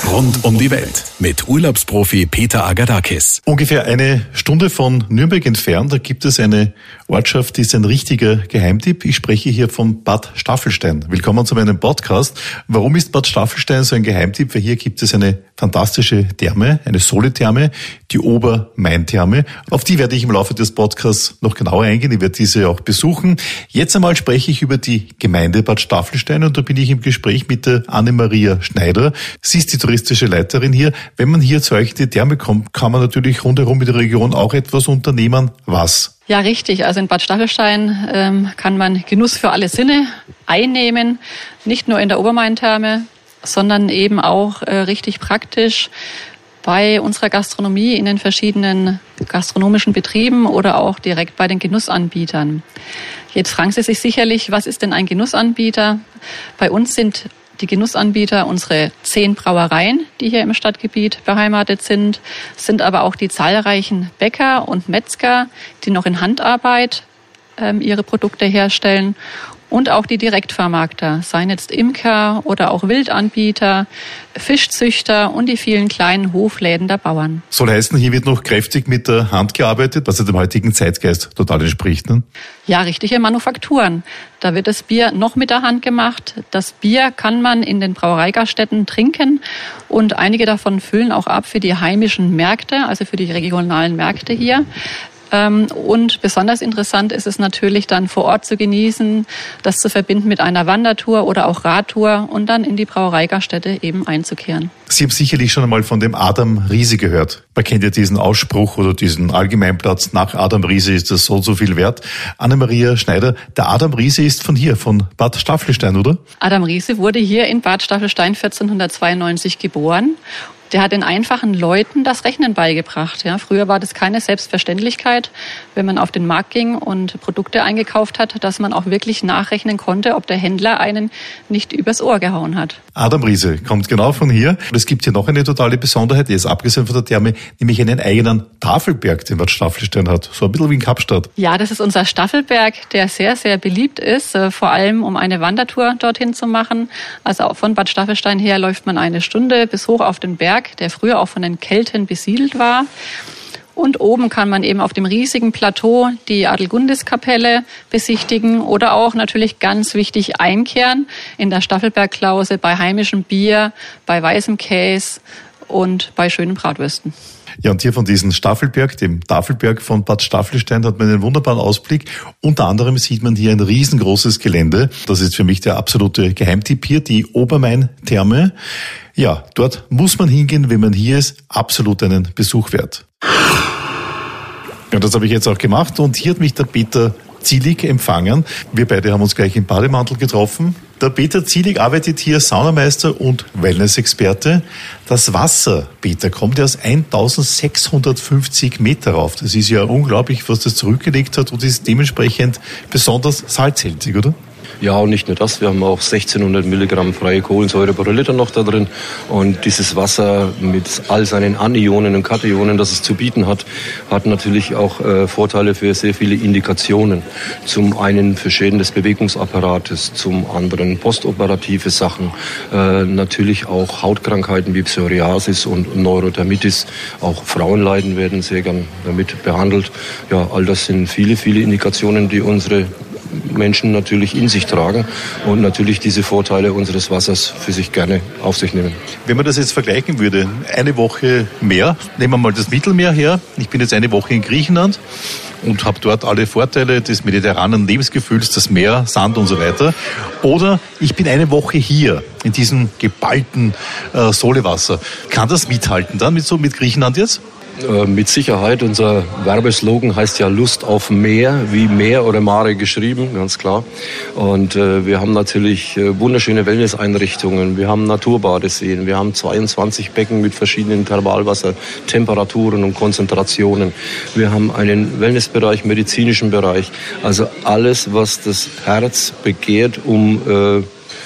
Rund um die Welt mit Urlaubsprofi Peter Agadakis. Ungefähr eine Stunde von Nürnberg entfernt, da gibt es eine Ortschaft, die ist ein richtiger Geheimtipp. Ich spreche hier von Bad Staffelstein. Willkommen zu meinem Podcast. Warum ist Bad Staffelstein so ein Geheimtipp? Weil hier gibt es eine fantastische Therme, eine Solitherme, die Obermain-Therme. Auf die werde ich im Laufe des Podcasts noch genauer eingehen. Ich werde diese auch besuchen. Jetzt einmal spreche ich über die Gemeinde Bad Staffelstein und da bin ich im Gespräch mit der Anne-Maria Schneider. Sie ist die touristische Leiterin hier. Wenn man hier zu euch in die Therme kommt, kann man natürlich rundherum in der Region auch etwas unternehmen. Was? Ja, richtig. Also in Bad Staffelstein kann man Genuss für alle Sinne einnehmen. Nicht nur in der Obermain-Therme, sondern eben auch richtig praktisch bei unserer Gastronomie in den verschiedenen gastronomischen Betrieben oder auch direkt bei den Genussanbietern. Jetzt fragen Sie sich sicherlich, was ist denn ein Genussanbieter? Bei uns sind die Genussanbieter unsere 10 Brauereien, die hier im Stadtgebiet beheimatet sind aber auch die zahlreichen Bäcker und Metzger, die noch in Handarbeit ihre Produkte herstellen und auch die Direktvermarkter, seien jetzt Imker oder auch Wildanbieter, Fischzüchter und die vielen kleinen Hofläden der Bauern. Soll heißen, hier wird noch kräftig mit der Hand gearbeitet, was ja dem heutigen Zeitgeist total entspricht, ne? Ja, richtige Manufakturen. Da wird das Bier noch mit der Hand gemacht. Das Bier kann man in den Brauereigaststätten trinken und einige davon füllen auch ab für die heimischen Märkte, also für die regionalen Märkte hier. Und besonders interessant ist es natürlich dann vor Ort zu genießen, das zu verbinden mit einer Wandertour oder auch Radtour und dann in die Brauereigaststätte eben einzukehren. Sie haben sicherlich schon einmal von dem Adam Riese gehört. Man kennt ja diesen Ausspruch oder diesen Allgemeinplatz, nach Adam Riese ist das so und so viel wert. Anne-Maria Schneider, der Adam Riese ist von hier, von Bad Staffelstein, oder? Adam Riese wurde hier in Bad Staffelstein 1492 geboren. Der hat den einfachen Leuten das Rechnen beigebracht. Ja, früher war das keine Selbstverständlichkeit, wenn man auf den Markt ging und Produkte eingekauft hat, dass man auch wirklich nachrechnen konnte, ob der Händler einen nicht übers Ohr gehauen hat. Adam Riese kommt genau von hier. Und es gibt hier noch eine totale Besonderheit, jetzt abgesehen von der Therme, nämlich einen eigenen Tafelberg, den Bad Staffelstein hat. So ein bisschen wie in Kapstadt. Ja, das ist unser Staffelberg, der sehr, sehr beliebt ist, vor allem um eine Wandertour dorthin zu machen. Also auch von Bad Staffelstein her läuft man eine Stunde bis hoch auf den Berg, der früher auch von den Kelten besiedelt war. Und oben kann man eben auf dem riesigen Plateau die Adelgundiskapelle besichtigen oder auch natürlich ganz wichtig einkehren in der Staffelbergklause bei heimischem Bier, bei weißem Käse und bei schönen Bratwürsten. Ja, und hier von diesem Staffelberg, dem Tafelberg von Bad Staffelstein, hat man einen wunderbaren Ausblick. Unter anderem sieht man hier ein riesengroßes Gelände. Das ist für mich der absolute Geheimtipp hier, die Obermain-Therme. Ja, dort muss man hingehen, wenn man hier ist, absolut einen Besuch wert. Ja, das habe ich jetzt auch gemacht und hier hat mich der Peter Zielig empfangen. Wir beide haben uns gleich im Bademantel getroffen. Der Peter Zielig arbeitet hier Saunameister und Wellness-Experte. Das Wasser, Peter, kommt ja aus 1650 Meter rauf. Das ist ja unglaublich, was das zurückgelegt hat und ist dementsprechend besonders salzhaltig, oder? Ja, und nicht nur das, wir haben auch 1600 Milligramm freie Kohlensäure pro Liter noch da drin. Und dieses Wasser mit all seinen Anionen und Kationen, das es zu bieten hat, hat natürlich auch Vorteile für sehr viele Indikationen. Zum einen für Schäden des Bewegungsapparates, zum anderen postoperative Sachen, natürlich auch Hautkrankheiten wie Psoriasis und Neurodermitis. Auch Frauenleiden werden sehr gern damit behandelt. Ja, all das sind viele, viele Indikationen, die unsere Menschen natürlich in sich tragen und natürlich diese Vorteile unseres Wassers für sich gerne auf sich nehmen. Wenn man das jetzt vergleichen würde, eine Woche mehr, nehmen wir mal das Mittelmeer her. Ich bin jetzt eine Woche in Griechenland und habe dort alle Vorteile des mediterranen Lebensgefühls, das Meer, Sand und so weiter. Oder ich bin eine Woche hier in diesem geballten Solewasser. Kann das mithalten dann mit Griechenland jetzt? Mit Sicherheit. Unser Werbeslogan heißt ja Lust auf Meer, wie Meer oder Mare geschrieben, ganz klar. Und wir haben natürlich wunderschöne Wellnesseinrichtungen. Wir haben Naturbadeseen. Wir haben 22 Becken mit verschiedenen Thermalwassertemperaturen und Konzentrationen. Wir haben einen Wellnessbereich, medizinischen Bereich. Also alles, was das Herz begehrt, um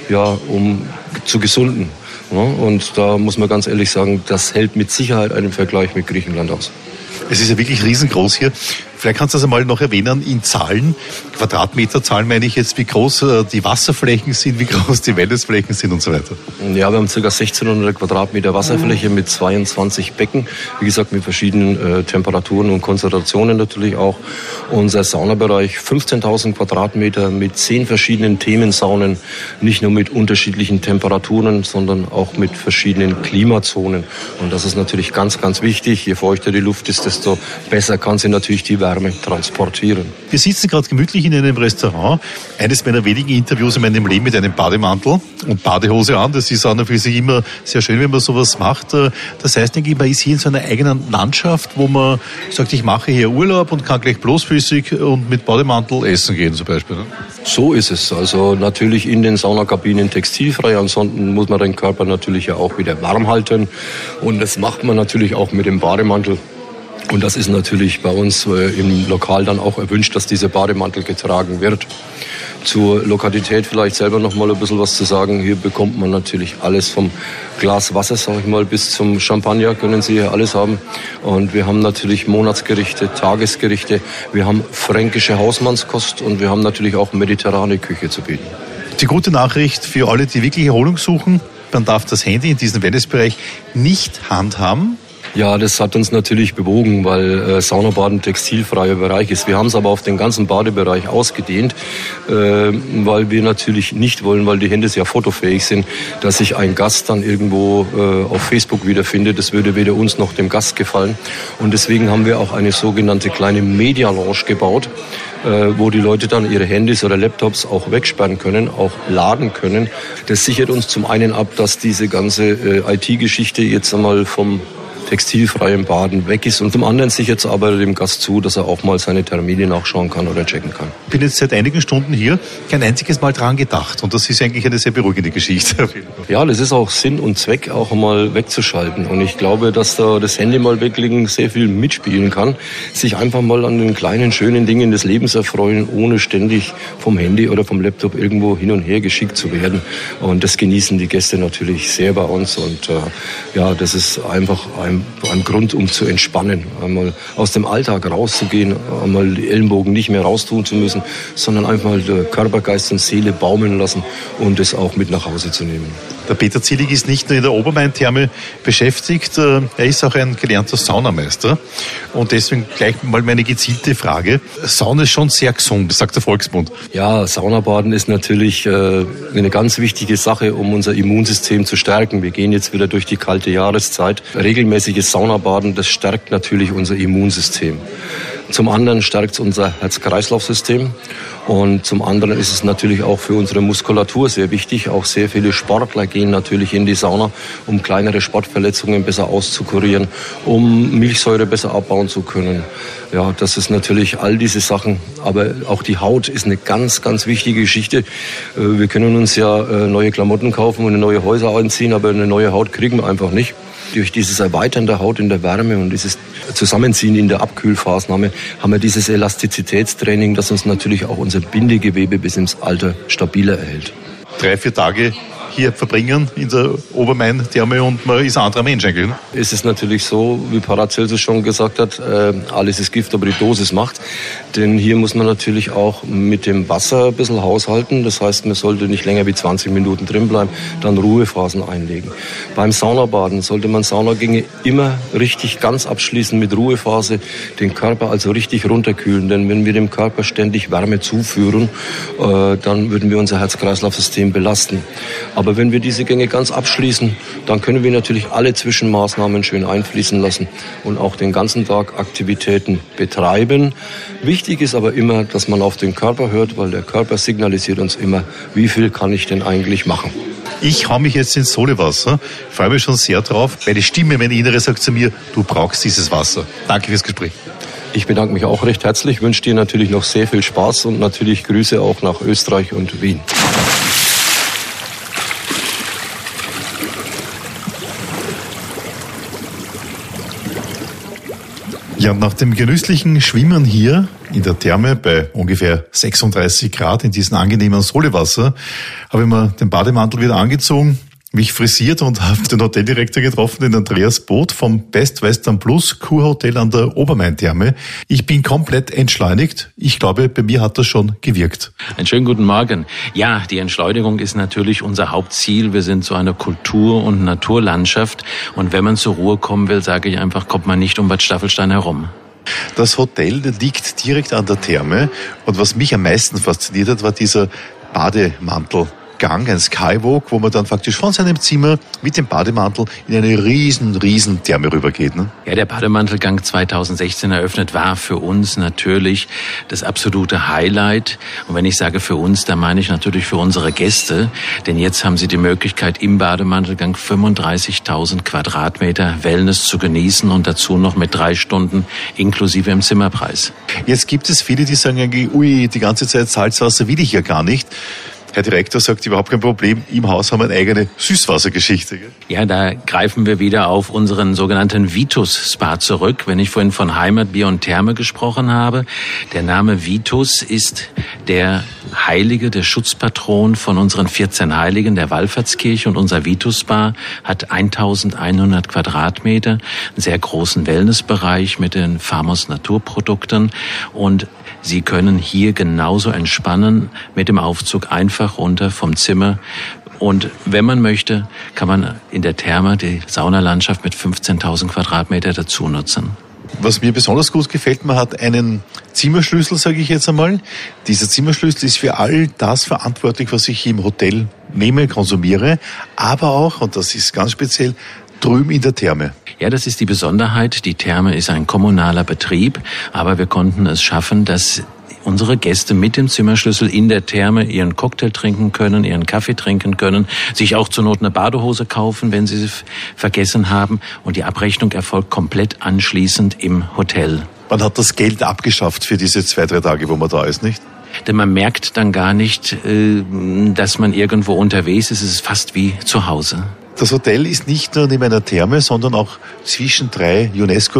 zu gesunden. Ja, und da muss man ganz ehrlich sagen, das hält mit Sicherheit einen Vergleich mit Griechenland aus. Es ist ja wirklich riesengroß hier. Vielleicht kannst du das einmal noch erwähnen in Zahlen, Quadratmeterzahlen meine ich jetzt, wie groß die Wasserflächen sind, wie groß die Wellnessflächen sind und so weiter. Ja, wir haben ca. 1600 Quadratmeter Wasserfläche mit 22 Becken, wie gesagt mit verschiedenen Temperaturen und Konzentrationen natürlich auch. Unser Saunabereich 15.000 Quadratmeter mit 10 verschiedenen Themensaunen, nicht nur mit unterschiedlichen Temperaturen, sondern auch mit verschiedenen Klimazonen. Und das ist natürlich ganz, ganz wichtig. Je feuchter die Luft ist, desto besser kann sie natürlich die Wärme transportieren. Wir sitzen gerade gemütlich in einem Restaurant. Eines meiner wenigen Interviews in meinem Leben mit einem Bademantel und Badehose an. Das ist auch für sich immer sehr schön, wenn man sowas macht. Das heißt, denke ich, man ist hier in so einer eigenen Landschaft, wo man sagt, ich mache hier Urlaub und kann gleich bloßfüßig und mit Bademantel essen gehen zum Beispiel. Ne? So ist es. Also natürlich in den Saunakabinen textilfrei. Ansonsten muss man den Körper natürlich ja auch wieder warm halten. Und das macht man natürlich auch mit dem Bademantel. Und das ist natürlich bei uns im Lokal dann auch erwünscht, dass dieser Bademantel getragen wird. Zur Lokalität vielleicht selber noch mal ein bisschen was zu sagen. Hier bekommt man natürlich alles vom Glas Wasser, sage ich mal, bis zum Champagner können Sie hier alles haben. Und wir haben natürlich Monatsgerichte, Tagesgerichte, wir haben fränkische Hausmannskost und wir haben natürlich auch mediterrane Küche zu bieten. Die gute Nachricht für alle, die wirklich Erholung suchen, man darf das Handy in diesem Wellnessbereich nicht handhaben. Ja, das hat uns natürlich bewogen, weil Saunabaden textilfreier Bereich ist. Wir haben es aber auf den ganzen Badebereich ausgedehnt, weil wir natürlich nicht wollen, weil die Hände sehr fotofähig sind, dass sich ein Gast dann irgendwo auf Facebook wiederfindet. Das würde weder uns noch dem Gast gefallen. Und deswegen haben wir auch eine sogenannte kleine Media Lounge gebaut, wo die Leute dann ihre Handys oder Laptops auch wegsperren können, auch laden können. Das sichert uns zum einen ab, dass diese ganze IT-Geschichte jetzt einmal vom textilfreiem Baden weg ist und zum anderen sichert es aber dem Gast zu, dass er auch mal seine Termine nachschauen kann oder checken kann. Ich bin jetzt seit einigen Stunden hier, kein einziges Mal dran gedacht und das ist eigentlich eine sehr beruhigende Geschichte. Ja, das ist auch Sinn und Zweck, auch mal wegzuschalten und ich glaube, dass da das Handy mal weglegen sehr viel mitspielen kann, sich einfach mal an den kleinen, schönen Dingen des Lebens erfreuen, ohne ständig vom Handy oder vom Laptop irgendwo hin und her geschickt zu werden und das genießen die Gäste natürlich sehr bei uns und ja, das ist einfach ein Grund, um zu entspannen, einmal aus dem Alltag rauszugehen, einmal die Ellenbogen nicht mehr raustun zu müssen, sondern einfach mal Körper, Geist und Seele baumeln lassen und es auch mit nach Hause zu nehmen. Der Peter Zillig ist nicht nur in der Obermain-Therme beschäftigt, er ist auch ein gelernter Saunameister. Und deswegen gleich mal meine gezielte Frage. Sauna ist schon sehr gesund, sagt der Volksmund. Ja, Saunabaden ist natürlich eine ganz wichtige Sache, um unser Immunsystem zu stärken. Wir gehen jetzt wieder durch die kalte Jahreszeit. Regelmäßiges Saunabaden, das stärkt natürlich unser Immunsystem. Zum anderen stärkt es unser Herz-Kreislauf-System und zum anderen ist es natürlich auch für unsere Muskulatur sehr wichtig. Auch sehr viele Sportler gehen natürlich in die Sauna, um kleinere Sportverletzungen besser auszukurieren, um Milchsäure besser abbauen zu können. Ja, das ist natürlich all diese Sachen, aber auch die Haut ist eine ganz, ganz wichtige Geschichte. Wir können uns ja neue Klamotten kaufen und neue Häuser einziehen, aber eine neue Haut kriegen wir einfach nicht. Durch dieses Erweitern der Haut in der Wärme und dieses Zusammenziehen in der Abkühlphasnahme haben wir dieses Elastizitätstraining, das uns natürlich auch unser Bindegewebe bis ins Alter stabiler erhält. 3-4 Tage hier verbringen in der Obermain-Therme und man ist ein anderer Mensch eigentlich. Ne? Es ist natürlich so, wie Paracelsus schon gesagt hat, alles ist Gift, aber die Dosis macht. Denn hier muss man natürlich auch mit dem Wasser ein bisschen haushalten. Das heißt, man sollte nicht länger wie 20 Minuten drin bleiben, dann Ruhephasen einlegen. Beim Saunabaden sollte man Saunagänge immer richtig ganz abschließen mit Ruhephase, den Körper also richtig runterkühlen. Denn wenn wir dem Körper ständig Wärme zuführen, dann würden wir unser Herz-Kreislauf-System belasten. Aber wenn wir diese Gänge ganz abschließen, dann können wir natürlich alle Zwischenmaßnahmen schön einfließen lassen und auch den ganzen Tag Aktivitäten betreiben. Wichtig ist aber immer, dass man auf den Körper hört, weil der Körper signalisiert uns immer, wie viel kann ich denn eigentlich machen. Ich hau mich jetzt ins Solewasser, freue mich schon sehr drauf. Meine Stimme, meine Innere sagt zu mir, du brauchst dieses Wasser. Danke fürs Gespräch. Ich bedanke mich auch recht herzlich, wünsche dir natürlich noch sehr viel Spaß und natürlich Grüße auch nach Österreich und Wien. Ja, nach dem genüsslichen Schwimmen hier in der Therme bei ungefähr 36 Grad in diesem angenehmen Solewasser habe ich mir den Bademantel wieder angezogen, mich frisiert und habe den Hoteldirektor getroffen, den Andreas Both vom Best Western Plus Kurhotel an der Obermain-Therme. Ich bin komplett entschleunigt. Ich glaube, bei mir hat das schon gewirkt. Einen schönen guten Morgen. Ja, die Entschleunigung ist natürlich unser Hauptziel. Wir sind so eine Kultur- und Naturlandschaft. Und wenn man zur Ruhe kommen will, sage ich einfach, kommt man nicht um Bad Staffelstein herum. Das Hotel liegt direkt an der Therme. Und was mich am meisten fasziniert hat, war dieser Bademantelgang, ein Skywalk, wo man dann faktisch von seinem Zimmer mit dem Bademantel in eine riesen Therme rübergeht. Ne? Ja, der Bademantelgang 2016 eröffnet war für uns natürlich das absolute Highlight. Und wenn ich sage für uns, dann meine ich natürlich für unsere Gäste. Denn jetzt haben sie die Möglichkeit, im Bademantelgang 35.000 Quadratmeter Wellness zu genießen und dazu noch mit 3 Stunden inklusive im Zimmerpreis. Jetzt gibt es viele, die sagen eigentlich, ui, die ganze Zeit Salzwasser will ich ja gar nicht. Herr Direktor sagt, überhaupt kein Problem. Im Haus haben wir eine eigene Süßwassergeschichte. Gell? Ja, da greifen wir wieder auf unseren sogenannten Vitus Spa zurück. Wenn ich vorhin von Heimat, Bier und Therme gesprochen habe, der Name Vitus ist der Heilige, der Schutzpatron von unseren 14 Heiligen, der Wallfahrtskirche. Und unser Vitus Spa hat 1100 Quadratmeter, einen sehr großen Wellnessbereich mit den Famos Naturprodukten. Und Sie können hier genauso entspannen mit dem Aufzug einfach runter vom Zimmer. Und wenn man möchte, kann man in der Therme die Saunalandschaft mit 15.000 Quadratmeter dazu nutzen. Was mir besonders gut gefällt, man hat einen Zimmerschlüssel, sage ich jetzt einmal. Dieser Zimmerschlüssel ist für all das verantwortlich, was ich im Hotel nehme, konsumiere, aber auch, und das ist ganz speziell, drüben in der Therme. Ja, das ist die Besonderheit. Die Therme ist ein kommunaler Betrieb, aber wir konnten es schaffen, dass unsere Gäste mit dem Zimmerschlüssel in der Therme ihren Cocktail trinken können, ihren Kaffee trinken können, sich auch zur Not eine Badehose kaufen, wenn sie sie vergessen haben. Und die Abrechnung erfolgt komplett anschließend im Hotel. Man hat das Geld abgeschafft für diese 2-3 Tage, wo man da ist, nicht? Denn man merkt dann gar nicht, dass man irgendwo unterwegs ist. Es ist fast wie zu Hause. Das Hotel ist nicht nur neben einer Therme, sondern auch zwischen 3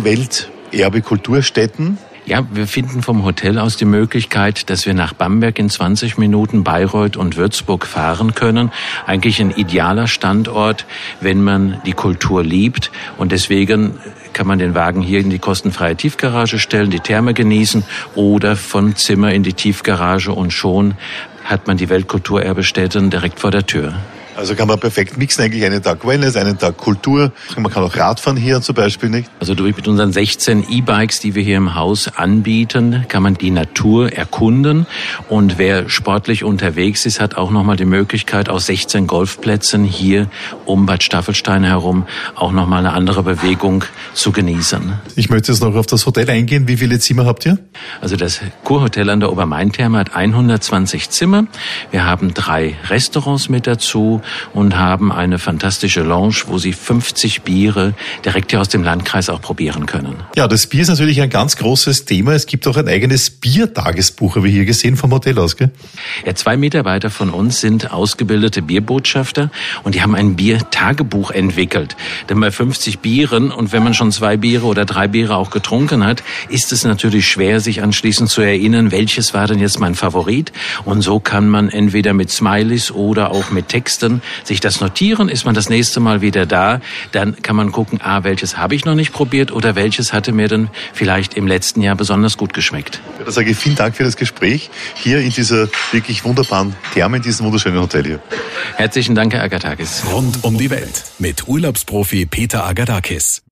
UNESCO-Welterbe-Kulturstätten. Ja, wir finden vom Hotel aus die Möglichkeit, dass wir nach Bamberg in 20 Minuten, Bayreuth und Würzburg fahren können. Eigentlich ein idealer Standort, wenn man die Kultur liebt. Und deswegen kann man den Wagen hier in die kostenfreie Tiefgarage stellen, die Therme genießen oder von Zimmer in die Tiefgarage und schon hat man die Weltkulturerbestätten direkt vor der Tür. Also kann man perfekt mixen, eigentlich einen Tag Wellness, einen Tag Kultur. Man kann auch Radfahren hier zum Beispiel, nicht? Also mit unseren 16 E-Bikes, die wir hier im Haus anbieten, kann man die Natur erkunden. Und wer sportlich unterwegs ist, hat auch nochmal die Möglichkeit, aus 16 Golfplätzen hier um Bad Staffelstein herum auch nochmal eine andere Bewegung zu genießen. Ich möchte jetzt noch auf das Hotel eingehen. Wie viele Zimmer habt ihr? Also das Kurhotel an der Obermain-Therme hat 120 Zimmer. Wir haben 3 Restaurants mit dazu und haben eine fantastische Lounge, wo Sie 50 Biere direkt hier aus dem Landkreis auch probieren können. Ja, das Bier ist natürlich ein ganz großes Thema. Es gibt auch ein eigenes Biertagesbuch, habe ich hier gesehen, vom Hotel aus, gell? Ja, 2 Mitarbeiter von uns sind ausgebildete Bierbotschafter und die haben ein Biertagebuch entwickelt. Denn bei 50 Bieren und wenn man schon 2 Biere oder 3 Biere auch getrunken hat, ist es natürlich schwer, sich anschließend zu erinnern, welches war denn jetzt mein Favorit. Und so kann man entweder mit Smileys oder auch mit Texten sich das notieren, ist man das nächste Mal wieder da, dann kann man gucken, welches habe ich noch nicht probiert oder welches hatte mir dann vielleicht im letzten Jahr besonders gut geschmeckt. Ja, da sage ich vielen Dank für das Gespräch hier in dieser wirklich wunderbaren Therme, in diesem wunderschönen Hotel hier. Herzlichen Dank, Herr Agatakis. Rund um die Welt mit Urlaubsprofi Peter Agadakis.